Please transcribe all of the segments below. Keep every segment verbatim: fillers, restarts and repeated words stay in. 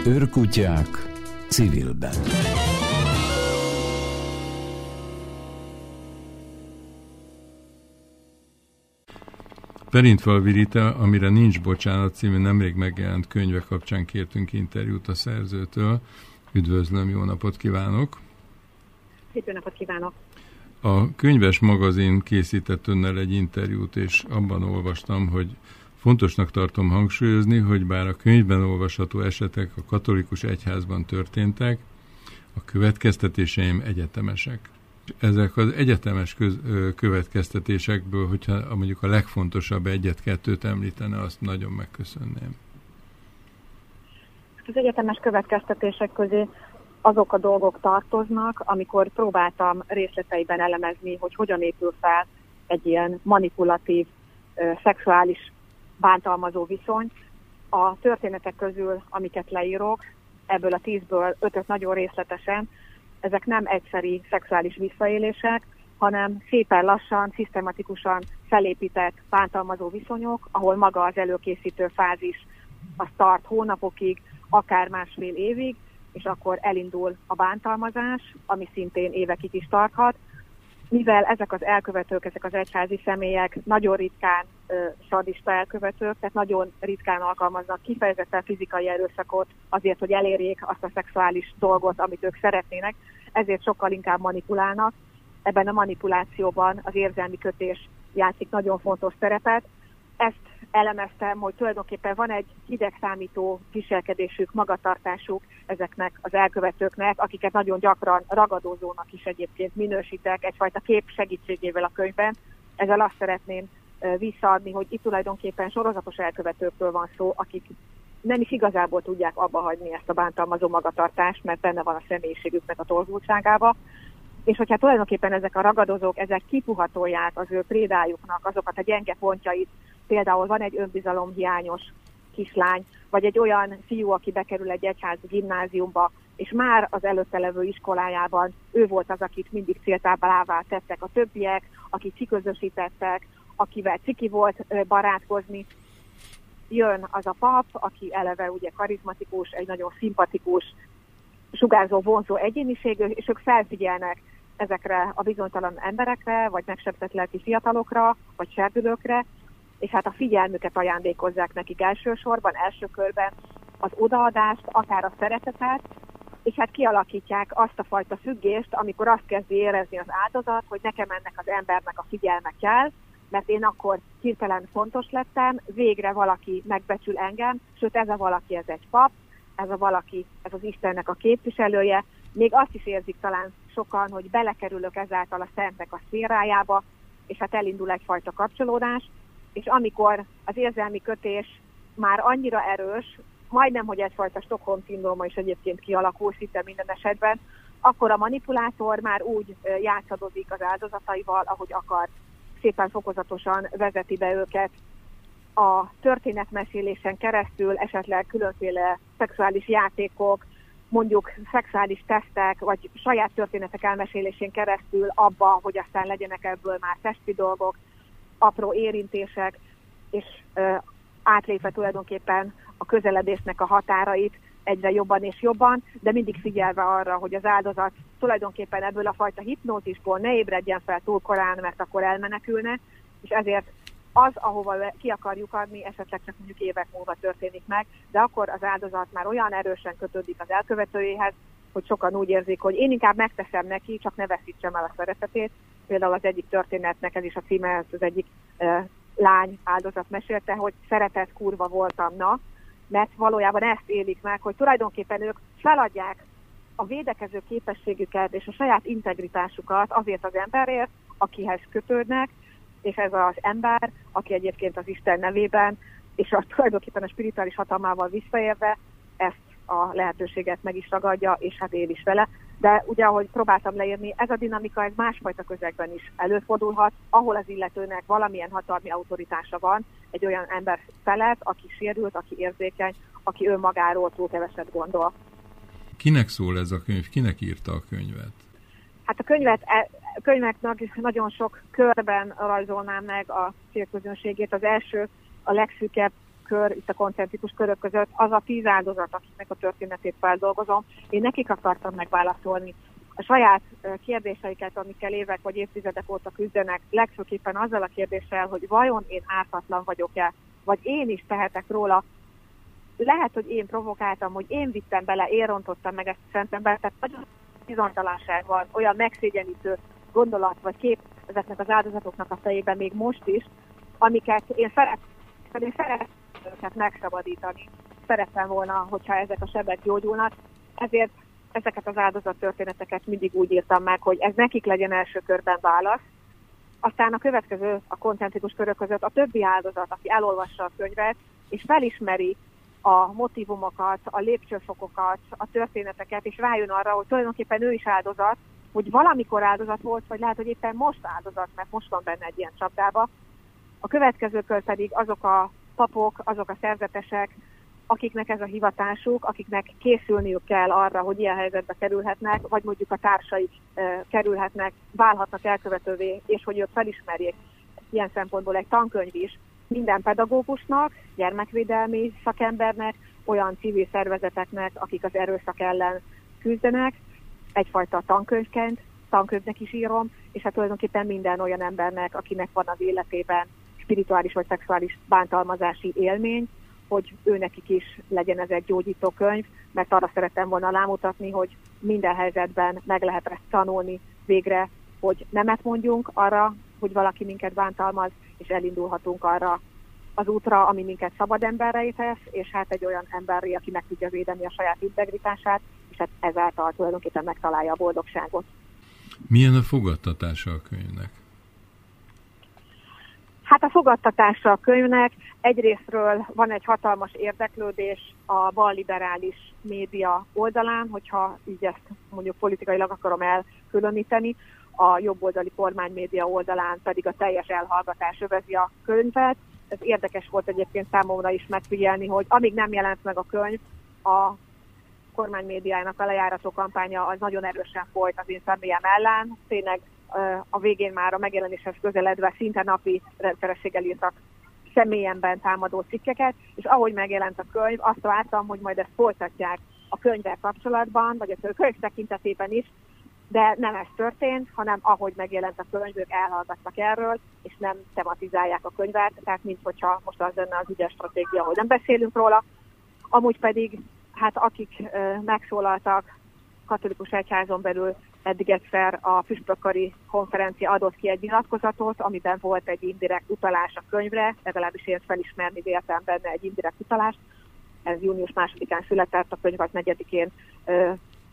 Őrkutyák civilben. Perintfalvi Rita, amire Nincs bocsánat című nemrég megjelent könyve kapcsán kértünk interjút a szerzőtől. Üdvözlöm, jó napot kívánok! Jó napot kívánok! A Könyves magazin készített önnel egy interjút, és abban olvastam, hogy fontosnak tartom hangsúlyozni, hogy bár a könyvben olvasható esetek a katolikus egyházban történtek, a következtetéseim egyetemesek. Ezek az egyetemes köz, következtetésekből, hogyha mondjuk a legfontosabb egyet-kettőt említene, azt nagyon megköszönném. Az egyetemes következtetések közé azok a dolgok tartoznak, amikor próbáltam részleteiben elemezni, hogy hogyan épül fel egy ilyen manipulatív, szexuális bántalmazó viszony. A történetek közül, amiket leírok, ebből a tízből ötöt nagyon részletesen, ezek nem egyszeri szexuális visszaélések, hanem szépen lassan, szisztematikusan felépített bántalmazó viszonyok, ahol maga az előkészítő fázis az tart hónapokig, akár másfél évig, és akkor elindul a bántalmazás, ami szintén évekig is tarthat. Mivel ezek az elkövetők, ezek az egyházi személyek nagyon ritkán ö, sadista elkövetők, tehát nagyon ritkán alkalmaznak kifejezetten fizikai erőszakot azért, hogy elérjék azt a szexuális dolgot, amit ők szeretnének, ezért sokkal inkább manipulálnak. Ebben a manipulációban az érzelmi kötés játszik nagyon fontos szerepet. Ezt elemeztem, hogy tulajdonképpen van egy hidegszámító viselkedésük, magatartásuk ezeknek az elkövetőknek, akiket nagyon gyakran ragadozónak is egyébként minősítek egyfajta kép segítségével a könyvben. Ezzel azt szeretném visszaadni, hogy itt tulajdonképpen sorozatos elkövetőkről van szó, akik nem is igazából tudják abba hagyni ezt a bántalmazó magatartást, mert benne van a személyiségüknek a torzultságába. És hogyha tulajdonképpen ezek a ragadozók, ezek kipuhatolják az ő prédájuknak azokat a gyenge pontjait, például van egy önbizalomhiányos kislány, vagy egy olyan fiú, aki bekerül egy egyházi gimnáziumba, és már az előtte levő iskolájában ő volt az, akit mindig céltáblává tettek a többiek, akik kiközösítettek, akivel ciki volt barátkozni. Jön az a pap, aki eleve ugye karizmatikus, egy nagyon szimpatikus, sugárzó, vonzó egyéniségű, és ők felfigyelnek ezekre a bizonytalan emberekre, vagy megsebzett lelki fiatalokra, vagy serdülőkre, és hát a figyelmüket ajándékozzák nekik elsősorban, első körben az odaadást, akár a szeretetet, és hát kialakítják azt a fajta függést, amikor azt kezdi érezni az áldozat, hogy nekem ennek az embernek a figyelme kell, mert én akkor hirtelen fontos lettem, végre valaki megbecsül engem, sőt ez a valaki, ez egy pap, ez a valaki, ez az Istennek a képviselője, még azt is érzik talán sokan, hogy belekerülök ezáltal a szentek a szférájába, és hát elindul egyfajta kapcsolódás, és amikor az érzelmi kötés már annyira erős, majdnem, hogy egyfajta Stockholm-szindróma is egyébként kialakul szinte minden esetben, akkor a manipulátor már úgy játszadozik az áldozataival, ahogy akar. Szépen fokozatosan vezeti be őket a történetmesélésen keresztül, esetleg különféle szexuális játékok, mondjuk szexuális tesztek, vagy saját történetek elmesélésén keresztül abba, hogy aztán legyenek ebből már testi dolgok, apró érintések, és ö, átlépve tulajdonképpen a közeledésnek a határait egyre jobban és jobban, de mindig figyelve arra, hogy az áldozat tulajdonképpen ebből a fajta hipnózisból ne ébredjen fel túl korán, mert akkor elmenekülne, és ezért az, ahova ki akarjuk adni, esetleg csak mondjuk évek múlva történik meg, de akkor az áldozat már olyan erősen kötődik az elkövetőjéhez, hogy sokan úgy érzik, hogy én inkább megteszem neki, csak ne veszítsem el a szeretetét. Például az egyik történetnek, ez is a címe, ez az egyik e, lány áldozat mesélte, hogy szeretett kurva voltam, na, mert valójában ezt élik meg, hogy tulajdonképpen ők feladják a védekező képességüket és a saját integritásukat azért az emberért, akihez kötődnek, és ez az ember, aki egyébként az Isten nevében, és a, tulajdonképpen a spirituális hatalmával visszaérve ezt a lehetőséget meg is ragadja, és hát él is vele. De ugye, ahogy próbáltam leírni, ez a dinamika ez másfajta közegben is előfordulhat, ahol az illetőnek valamilyen hatalmi autoritása van, egy olyan ember felett, aki sérült, aki érzékeny, aki önmagáról túl keveset gondol. Kinek szól ez a könyv? Kinek írta a könyvet? Hát a könyvet, a könyveknek nagyon sok körben rajzolnám meg a célközönségét. Az első, a legszűkebb kör, itt a koncentrikus körök között, az a tíz áldozat, akiknek a történetét feldolgozom. Én nekik akartam megválaszolni a saját kérdéseiket, amikkel évek vagy évtizedek óta küzdenek, legfőképpen azzal a kérdéssel, hogy vajon én ártatlan vagyok-e, vagy én is tehetek róla. Lehet, hogy én provokáltam, hogy én vittem bele, én rontottam meg ezt a szentembert, tehát nagyon bizonytalanság van, olyan megszégyenítő gondolat vagy kép ezeknek az áldozatoknak a fejében még most is, amiket én szeretném, én szeretném őket megszabadítani. Szerettem volna, hogyha ezek a sebek gyógyulnak, ezért ezeket az áldozat történeteket mindig úgy írtam meg, hogy ez nekik legyen első körben válasz. Aztán a következő, a koncentrikus körök között a többi áldozat, aki elolvassa a könyvet, és felismeri a motivumokat, a lépcsőfokokat, a történeteket, és rájön arra, hogy tulajdonképpen ő is áldozat, hogy valamikor áldozat volt, vagy lehet, hogy éppen most áldozat, mert most van benne egy ilyen csapdába. A következő kör pedig azok a papok, azok a szerzetesek, akiknek ez a hivatásuk, akiknek készülniük kell arra, hogy ilyen helyzetbe kerülhetnek, vagy mondjuk a társaik e, kerülhetnek, válhatnak elkövetővé, és hogy ők felismerjék. Ilyen szempontból egy tankönyv is minden pedagógusnak, gyermekvédelmi szakembernek, olyan civil szervezeteknek, akik az erőszak ellen küzdenek, egyfajta tankönyvként, tankönyvnek is írom, és hát tulajdonképpen minden olyan embernek, akinek van az életében spirituális vagy szexuális bántalmazási élmény, hogy őnekik is legyen ez egy gyógyító könyv, mert arra szerettem volna rámutatni, hogy minden helyzetben meg lehet ezt tanulni végre, hogy nemet mondjunk arra, hogy valaki minket bántalmaz, és elindulhatunk arra az útra, ami minket szabad emberré tesz, és hát egy olyan emberré, aki meg tudja védeni a saját integritását, és hát ezáltal tulajdonképpen megtalálja a boldogságot. Milyen a fogadtatása a könyvnek? Hát a fogadtatása a könyvnek egyrésztről van egy hatalmas érdeklődés a balliberális média oldalán, hogyha így ezt mondjuk politikailag akarom elkülöníteni, a jobboldali kormánymédia oldalán pedig a teljes elhallgatás övezi a könyvet. Ez érdekes volt egyébként számomra is megfigyelni, hogy amíg nem jelent meg a könyv, a kormánymédiának a lejárató kampánya az nagyon erősen folyt az én személyem ellen. Tényleg a végén már a megjelenéshez közeledve szinte napi rendszerességgel írtak személyemben támadó cikkeket, és ahogy megjelent a könyv, azt vártam, hogy majd ezt folytatják a könyvvel kapcsolatban, vagy a könyv tekintetében is, de nem ez történt, hanem ahogy megjelent a könyv, ők elhallgattak erről, és nem tematizálják a könyvet, tehát mint hogyha most az lenne az ügyes stratégia, hogy nem beszélünk róla. Amúgy pedig, hát akik ö, megszólaltak katolikus egyházon belül, eddig egyszer a püspökkari konferencia adott ki egy nyilatkozatot, amiben volt egy indirekt utalás a könyvre, legalábbis én felismerni véltem benne egy indirekt utalást. Ez június másodikán született, a könyv az negyedikén ö,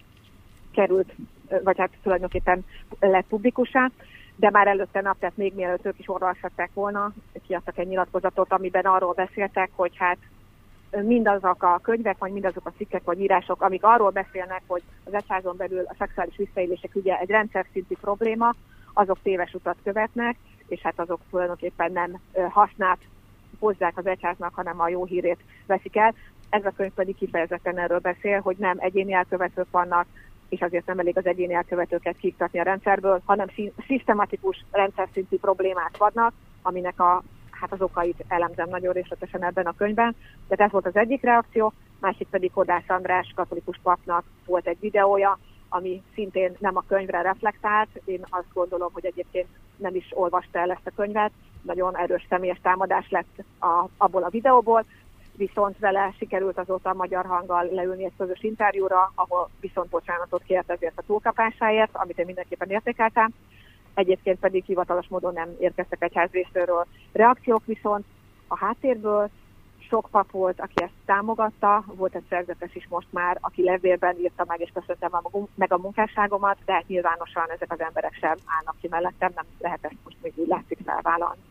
került, vagy hát tulajdonképpen lett publikussá, de már előtte nap, tehát még mielőtt ők is olvashatták volna, kiadtak egy nyilatkozatot, amiben arról beszéltek, hogy hát mindazok a könyvek, vagy mindazok a cikkek, vagy írások, amik arról beszélnek, hogy az egyházon belül a szexuális visszaélések ügye egy rendszer szintű probléma, azok téves utat követnek, és hát azok tulajdonképpen nem hasznát hozzák az egyháznak, hanem a jó hírét veszik el. Ez a könyv pedig kifejezetten erről beszél, hogy nem egyéni elkövetők vannak, és azért nem elég az egyéni elkövetőket kiiktatni a rendszerből, hanem szisztematikus rendszer szintű problémák vannak, aminek a hát az okait elemzem nagyon részletesen ebben a könyvben. Tehát ez volt az egyik reakció, másik pedig Kodász András katolikus papnak volt egy videója, ami szintén nem a könyvre reflektált. Én azt gondolom, hogy egyébként nem is olvasta el ezt a könyvet. Nagyon erős személyes támadás lett a, abból a videóból, viszont vele sikerült azóta a Magyar Hanggal leülni egy közös interjúra, ahol viszont bocsánatot kért ezért a túlkapásáért, amit én mindenképpen értékeltem. Egyébként pedig hivatalos módon nem érkeztek egyház részéről reakciók, viszont a háttérből sok pap volt, aki ezt támogatta, volt egy szerzetes is most már, aki levélben írta meg és köszöntem meg a munkásságomat, de hát nyilvánosan ezek az emberek sem állnak ki mellettem, nem lehet ezt most még úgy látszik felvállalni.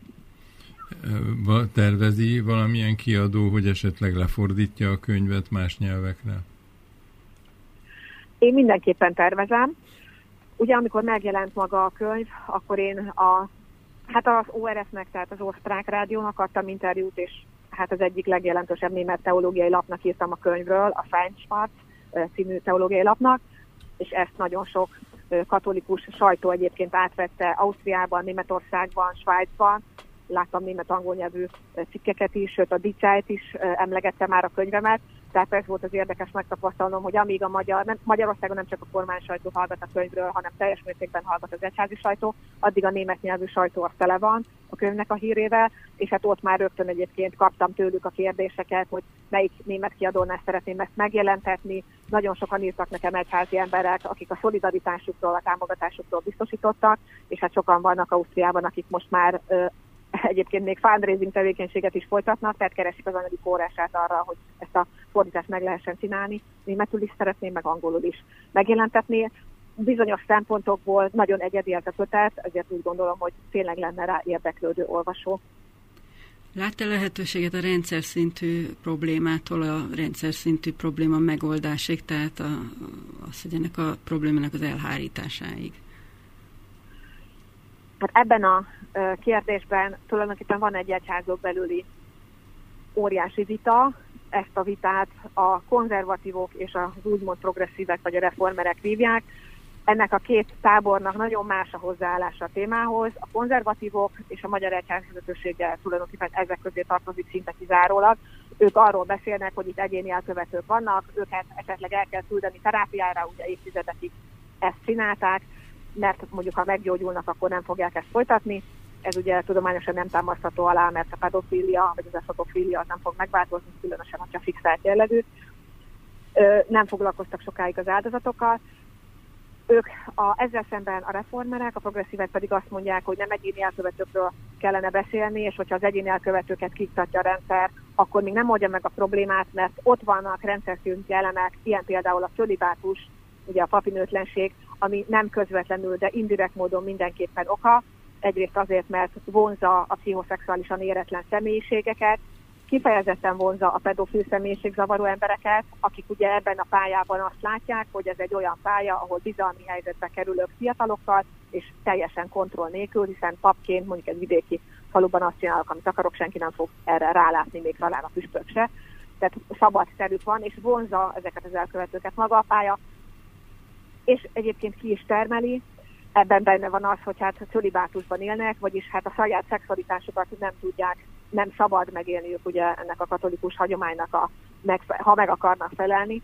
Tervezi valamilyen kiadó, hogy esetleg lefordítja a könyvet más nyelvekre? Én mindenképpen tervezem. Ugye amikor megjelent maga a könyv, akkor én a, hát az o er ef-nek, tehát az osztrák rádiónak adtam interjút, és hát az egyik legjelentősebb német teológiai lapnak írtam a könyvről, a Feinschwarz című teológiai lapnak, és ezt nagyon sok katolikus sajtó egyébként átvette Ausztriában, Németországban, Svájcban, láttam német-angol nyelvű cikkeket is, sőt a Die Zeit is emlegette már a könyvemet, tehát ez volt az érdekes megtapasztalnom, hogy amíg a magyar, nem, Magyarországon nem csak a kormány sajtó hallgat a könyvről, hanem teljes mértékben hallgat az egyházi sajtó, addig a német nyelvű sajtó az tele van a könyvnek a hírével, és hát ott már rögtön egyébként kaptam tőlük a kérdéseket, hogy melyik német kiadónál szeretném ezt megjelentetni. Nagyon sokan írtak nekem egyházi emberek, akik a szolidaritásukról, a támogatásukról biztosítottak, és hát sokan vannak Ausztriában, akik most már ö, egyébként még fundraising tevékenységet is folytatnak, tehát keresik az anyagi forrását arra, hogy ezt a fordítást meg lehessen csinálni. Németül is szeretném, meg angolul is megjelentetni. Bizonyos szempontokból nagyon egyedi ez a kötet, ezért úgy gondolom, hogy tényleg lenne rá érdeklődő olvasó. Lát-e lehetőséget a rendszer szintű problémától a rendszer szintű probléma megoldásig, tehát a, az, hogy ennek a problémának az elhárításáig? Hát ebben a kérdésben tulajdonképpen van egy egyházon belüli óriási vita. Ezt a vitát a konzervatívok és az úgymond progresszívek vagy a reformerek vívják. Ennek a két tábornak nagyon más a hozzáállása a témához. A konzervatívok és a magyar egyházvezetőséggel tulajdonképpen ezek közé tartozik szinte kizárólag. Ők arról beszélnek, hogy itt egyéni elkövetők vannak, őket esetleg el kell küldeni terápiára, ugye évtizedekig ezt csinálták, mert mondjuk ha meggyógyulnak, akkor nem fogják ezt folytatni. Ez ugye tudományosan nem támasztható alá, mert a pedofília vagy az eszotofília az nem fog megváltozni, különösen, hogyha fixált jellegű. Nem foglalkoztak sokáig az áldozatokkal. Ők a, ezzel szemben a reformerek, a progresszívek pedig azt mondják, hogy nem egyéni elkövetőkről kellene beszélni, és hogyha az egyéni elkövetőket kiktatja a rendszer, akkor még nem oldja meg a problémát, mert ott vannak rendszerszintű elemek, ilyen például a cölibátus, ugye a papinőtlenség, ami nem közvetlenül, de indirekt módon mindenképpen oka. Egyrészt azért, mert vonzza a pszichoszexuálisan éretlen személyiségeket, kifejezetten vonzza a pedofil személyiségzavaró embereket, akik ugye ebben a pályában azt látják, hogy ez egy olyan pálya, ahol bizalmi helyzetbe kerülök fiatalokkal, és teljesen kontroll nélkül, hiszen papként mondjuk egy vidéki faluban azt csinálok, amit akarok, senki nem fog erre rálátni, még talán a püspök se. Tehát szabad terük van, és vonzza ezeket az elkövetőket maga a pálya, és egyébként ki is termeli. Ebben benne van az, hogy hát cölibátusban élnek, vagyis hát a saját szexualitásukat nem tudják, nem szabad megélniük ugye ennek a katolikus hagyománynak, a, ha meg akarnak felelni.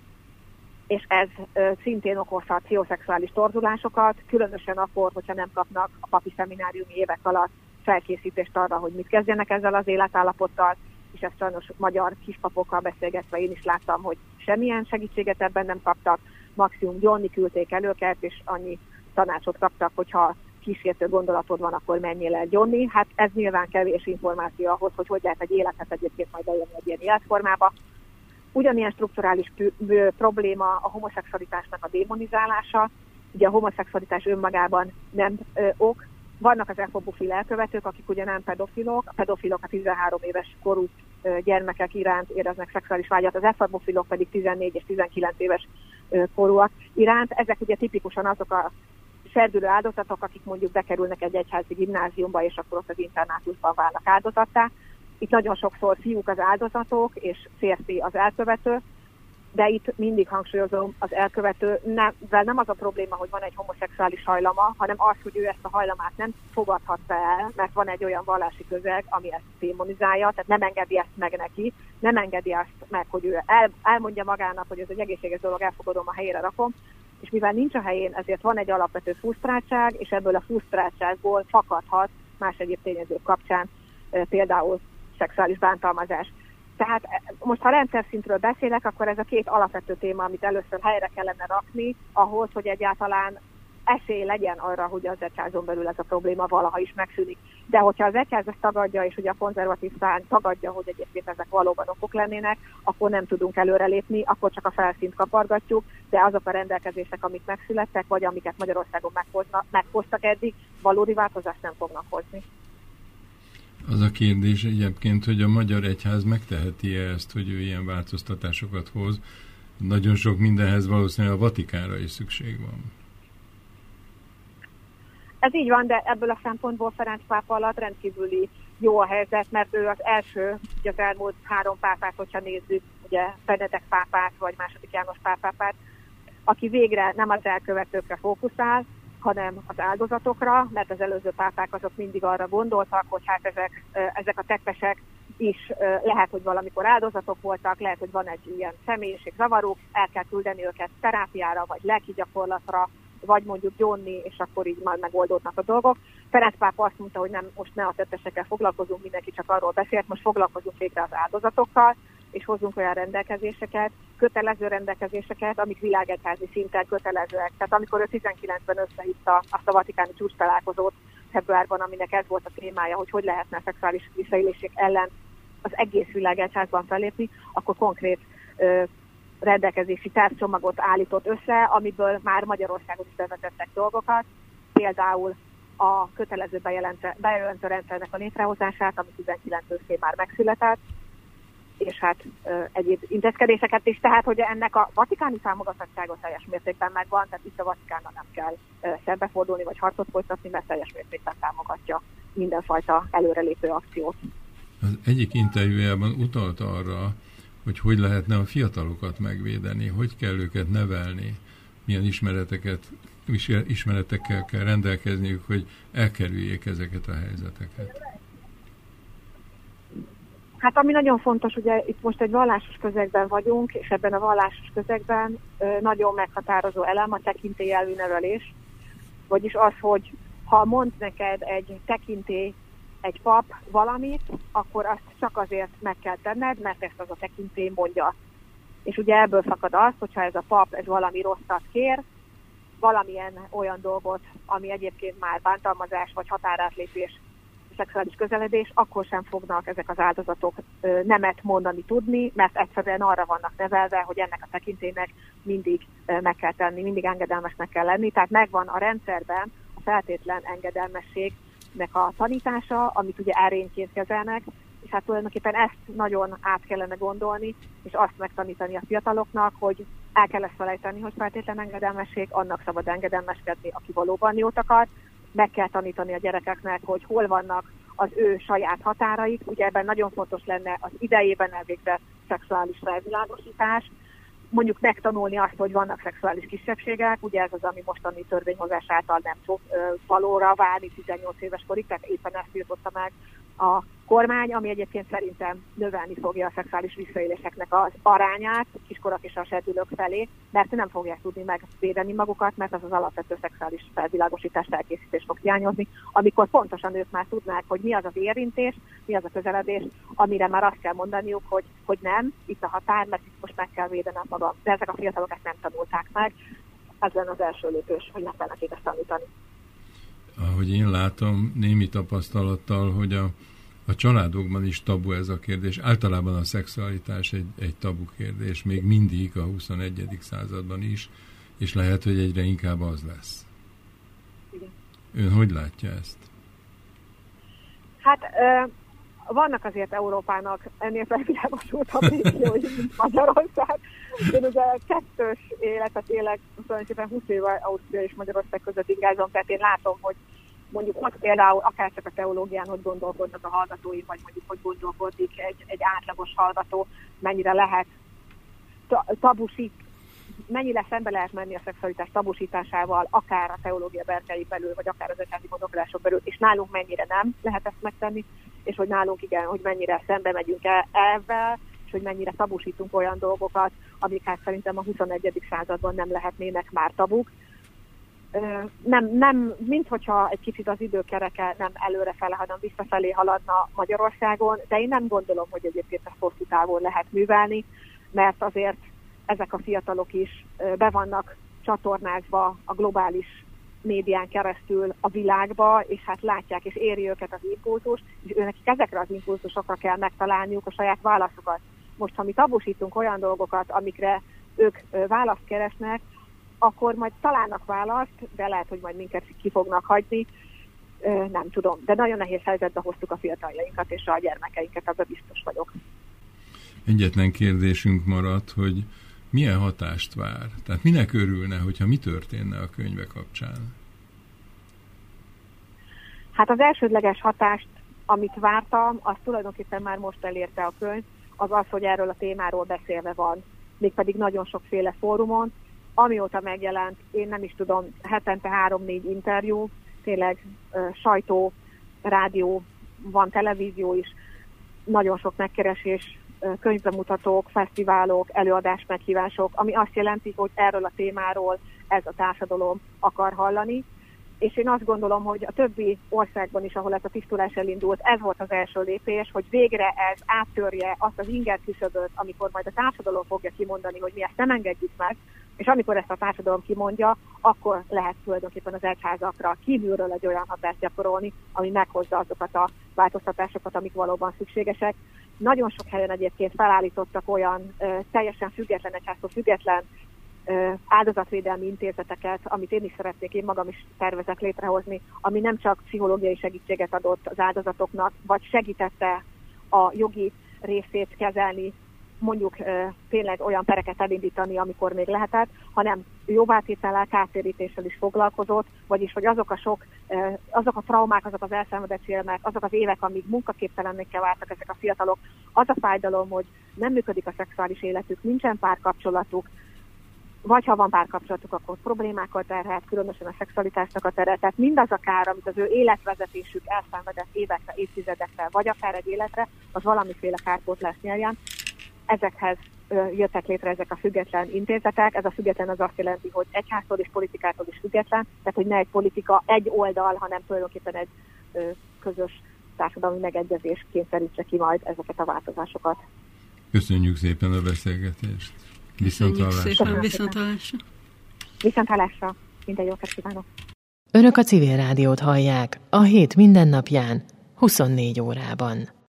És ez ö, szintén okozhat pszichoszexuális torzulásokat, különösen akkor, hogyha nem kapnak a papi szemináriumi évek alatt felkészítést arra, hogy mit kezdjenek ezzel az életállapottal, és ezt sajnos magyar kispapokkal beszélgetve én is láttam, hogy semmilyen segítséget ebben nem kaptak, maximum gyónni küldték el őket, és annyi tanácsot kaptak, hogyha kísértő gondolatod van, akkor menjél el gyónni. Hát ez nyilván kevés információ ahhoz, hogy hogy lehet egy életet egyébként majd eljönni egy ilyen életformába. Ugyanilyen strukturális probléma a homoszexualitásnak a démonizálása. Ugye a homoszexualitás önmagában nem ö, ok. Vannak az efobofil elkövetők, akik ugye nem pedofilok. A pedofilok a tizenhárom éves korú ö, gyermekek iránt éreznek szexuális vágyat, az efobofilok pedig tizennégy és tizenkilenc éves ö, korúak iránt. Ezek ugye tipikusan azok a serdülő áldozatok, akik mondjuk bekerülnek egy egyházi gimnáziumba, és akkor ott az internátusban válnak áldozattá. Itt nagyon sokszor fiúk az áldozatok, és férfi az elkövető, de itt mindig hangsúlyozom, az elkövető nem, nem az a probléma, hogy van egy homoszexuális hajlama, hanem az, hogy ő ezt a hajlamát nem fogadhatta el, mert van egy olyan vallási közeg, ami ezt démonizálja, tehát nem engedi ezt meg neki, nem engedi azt meg, hogy ő el, elmondja magának, hogy ez egy egészséges dolog, elfogadom, a helyére rakom, és mivel nincs a helyén, ezért van egy alapvető frusztráltság, és ebből a frusztráltságból fakadhat más egyéb tényezők kapcsán, például szexuális bántalmazás. Tehát most, ha rendszer szintről beszélek, akkor ez a két alapvető téma, amit először helyre kellene rakni, ahhoz, hogy egyáltalán esély legyen arra, hogy az egyházon belül ez a probléma valaha is megszűnik. De hogyha az egyház ezt tagadja, és ugye a konzervatív szárny tagadja, hogy egyébként ezek valóban okok lennének, akkor nem tudunk előrelépni, akkor csak a felszínt kapargatjuk, de azok a rendelkezések, amik megszülettek, vagy amiket Magyarországon meghozna, meghoztak eddig, valódi változást nem fognak hozni. Az a kérdés egyébként, hogy a magyar egyház megteheti-e ezt, hogy ő ilyen változtatásokat hoz. Nagyon sok mindenhez valószínűleg a Vatikánra is szükség van. Ez így van, de ebből a szempontból Ferenc pápa alatt rendkívüli jó a helyzet, mert ő az első, ugye az elmúlt három pápát, hogyha nézzük, ugye Benedek pápát, vagy második János pápát, aki végre nem az elkövetőkre fókuszál, hanem az áldozatokra, mert az előző pápák azok mindig arra gondoltak, hogy hát ezek, ezek a tettesek is lehet, hogy valamikor áldozatok voltak, lehet, hogy van egy ilyen személyiségzavaruk, el kell küldeni őket terápiára, vagy lelki gyakorlatra, vagy mondjuk gyónni, és akkor így már megoldódnak a dolgok. Ferenc pápa azt mondta, hogy nem, most ne a tettesekkel foglalkozunk, mindenki csak arról beszélt, most foglalkozunk végre az áldozatokkal, és hozzunk olyan rendelkezéseket, kötelező rendelkezéseket, amik világegyházi szinten kötelezőek. Tehát amikor ő tizenkilencben összehívta azt a vatikáni csúcs találkozót februárban, aminek ez volt a témája, hogy hogy lehetne a szexuális visszaélések ellen az egész világegyházban fellépni, akkor konkrét ö, rendelkezési tervcsomagot állított össze, amiből már Magyarországon is bevezettek dolgokat, például a kötelező bejelentő, bejelentő rendszernek a létrehozását, ami tizenkilenc őszén már megszületett, és hát ö, egyéb intézkedéseket is, tehát hogy ennek a vatikáni támogatottsága teljes mértékben megvan, tehát itt a Vatikánnal nem kell ö, szembefordulni, vagy harcot folytatni, mert teljes mértékben támogatja mindenfajta előrelépő akciót. Az egyik interjújában utalt arra, hogy hogy lehetne a fiatalokat megvédeni, hogy kell őket nevelni, milyen ismereteket, ismeretekkel kell rendelkezniük, hogy elkerüljék ezeket a helyzeteket. Hát ami nagyon fontos, ugye itt most egy vallásos közegben vagyunk, és ebben a vallásos közegben nagyon meghatározó elem a tekintélyelvű nevelés, vagyis az, hogy ha mond neked egy tekintély, egy pap valamit, akkor azt csak azért meg kell tenned, mert ezt az a tekintély mondja. És ugye ebből fakad az, hogyha ez a pap ez valami rosszat kér, valamilyen olyan dolgot, ami egyébként már bántalmazás vagy határátlépés, szexuális közeledés, akkor sem fognak ezek az áldozatok ö, nemet mondani tudni, mert egyszerűen arra vannak nevelve, hogy ennek a tekintélynek mindig ö, meg kell tenni, mindig engedelmesnek kell lenni. Tehát megvan a rendszerben a feltétlen engedelmességnek a tanítása, amit ugye erényként kezelnek, és hát tulajdonképpen ezt nagyon át kellene gondolni, és azt megtanítani a fiataloknak, hogy el kell ezt felejteni, hogy feltétlen engedelmesség, annak szabad engedelmeskedni, aki valóban jót akar. Meg kell tanítani a gyerekeknek, hogy hol vannak az ő saját határaik. Ugye ebben nagyon fontos lenne az idejében elvégzett szexuális felvilágosítás, mondjuk megtanulni azt, hogy vannak szexuális kisebbségek, ugye ez az, ami mostani törvényhozás által nem fog valóra válni tizennyolc éves korig, tehát éppen ezt tiltotta meg a kormány, ami egyébként szerintem növelni fogja a szexuális visszaéléseknek az arányát kiskorak és a serdülők felé, mert nem fogják tudni megvédeni magukat, mert az az alapvető szexuális felvilágosítás elkészítés fog hiányozni, amikor pontosan ők már tudnák, hogy mi az az érintés, mi az a közeledés, amire már azt kell mondaniuk, hogy, hogy nem, itt a határ, mert itt most meg kell védenem magam. De ezek a fiatalok ezt nem tanulták meg, ez lenne az első lépés, hogy meg kell nekik ezt tanítani. Ahogy én látom, némi tapasztalattal, hogy a A családokban is tabu ez a kérdés. Általában a szexualitás egy, egy tabu kérdés, még mindig a huszonegyedik században is, és lehet, hogy egyre inkább az lesz. Igen. Ön hogy látja ezt? Hát ö, vannak azért Európának ennél felvilágosultabb régiói, mint Magyarország. Én ugye kettős életet élek, tulajdonképpen húsz éve Ausztria és Magyarország között ingázom, tehát én látom, hogy mondjuk ott például akár csak a teológián, hogy gondolkodnak a hallgatói, vagy mondjuk hogy gondolkodik egy, egy átlagos hallgató, mennyire lehet tabusít, mennyire szembe lehet menni a szexualitás tabusításával, akár a teológia berkein belül, vagy akár az egyházi gondolkodások belül, és nálunk mennyire nem lehet ezt megtenni, és hogy nálunk igen, hogy mennyire szembe megyünk el ebben, és hogy mennyire tabusítunk olyan dolgokat, amik hát szerintem a huszonegyedik században nem lehetnének már tabuk. Nem, nem, minthogyha egy kicsit az időkereke nem előrefele, hanem visszafelé haladna Magyarországon, de én nem gondolom, hogy egyébként ezt hosszú távon lehet művelni, mert azért ezek a fiatalok is be vannak csatornázva a globális médián keresztül a világba, és hát látják és éri őket az impulzus, és őnekik ezekre az impulzusokra kell megtalálniuk a saját válaszokat. Most, ha mi tabusítunk olyan dolgokat, amikre ők választ keresnek, akkor majd találnak választ, de lehet, hogy majd minket ki fognak hagyni, nem tudom. De nagyon nehéz helyzetbe hoztuk a fiataljainkat és a gyermekeinket, abban biztos vagyok. Egyetlen kérdésünk maradt, hogy milyen hatást vár? Tehát minek örülne, hogyha mi történne a könyve kapcsán? Hát az elsődleges hatást, amit vártam, az tulajdonképpen már most elérte a könyv, az az, hogy erről a témáról beszélve van, mégpedig nagyon sokféle fórumon, amióta megjelent, én nem is tudom, hetente három-négy interjú, tényleg sajtó, rádió, van televízió is, nagyon sok megkeresés, könyvbemutatók, fesztiválok, előadás meghívások, ami azt jelenti, hogy erről a témáról ez a társadalom akar hallani. És én azt gondolom, hogy a többi országban is, ahol ez a tisztulás elindult, ez volt az első lépés, hogy végre ez áttörje azt az inger küszöböt, amikor majd a társadalom fogja kimondani, hogy mi ezt nem engedjük meg, és amikor ezt a társadalom kimondja, akkor lehet tulajdonképpen az egyházakra kívülről egy olyan hatást gyakorolni, ami meghozza azokat a változtatásokat, amik valóban szükségesek. Nagyon sok helyen egyébként felállítottak olyan ö, teljesen független, egyháztól független ö, áldozatvédelmi intézeteket, amit én is szeretnék, én magam is tervezek létrehozni, ami nem csak pszichológiai segítséget adott az áldozatoknak, vagy segítette a jogi részét kezelni, mondjuk ö, tényleg olyan pereket elindítani, amikor még lehetett, hanem jóvátétellel, kártérítéssel is foglalkozott, vagyis hogy azok a sok, ö, azok a traumák, azok az elszenvedett félmek, azok az évek, amíg munkaképtelennékkel váltak ezek a fiatalok, az a fájdalom, hogy nem működik a szexuális életük, nincsen párkapcsolatuk, vagy ha van párkapcsolatuk, akkor problémákat terhelt, különösen a szexualitásnak a terhelt. Tehát mindaz a kár, amit az ő életvezetésük elszenvedett évekre, évtizedekre, vagy akár egy életre, az valamiféle kárpótlás nyeljen. Ezekhez jöttek létre ezek a független intézetek. Ez a független az azt jelenti, hogy egyháztól és politikától is független, tehát hogy ne egy politika egy oldal, hanem tulajdonképpen egy ö, közös társadalmi megegyezés kényszerítse ki majd ezeket a változásokat. Köszönjük szépen a beszélgetést. Viszonthallásra. Viszonthallásra. Viszonthallásra. Minden jót kívánok. Önök a Civil Rádiót hallják a hét mindennapján, huszonnégy órában.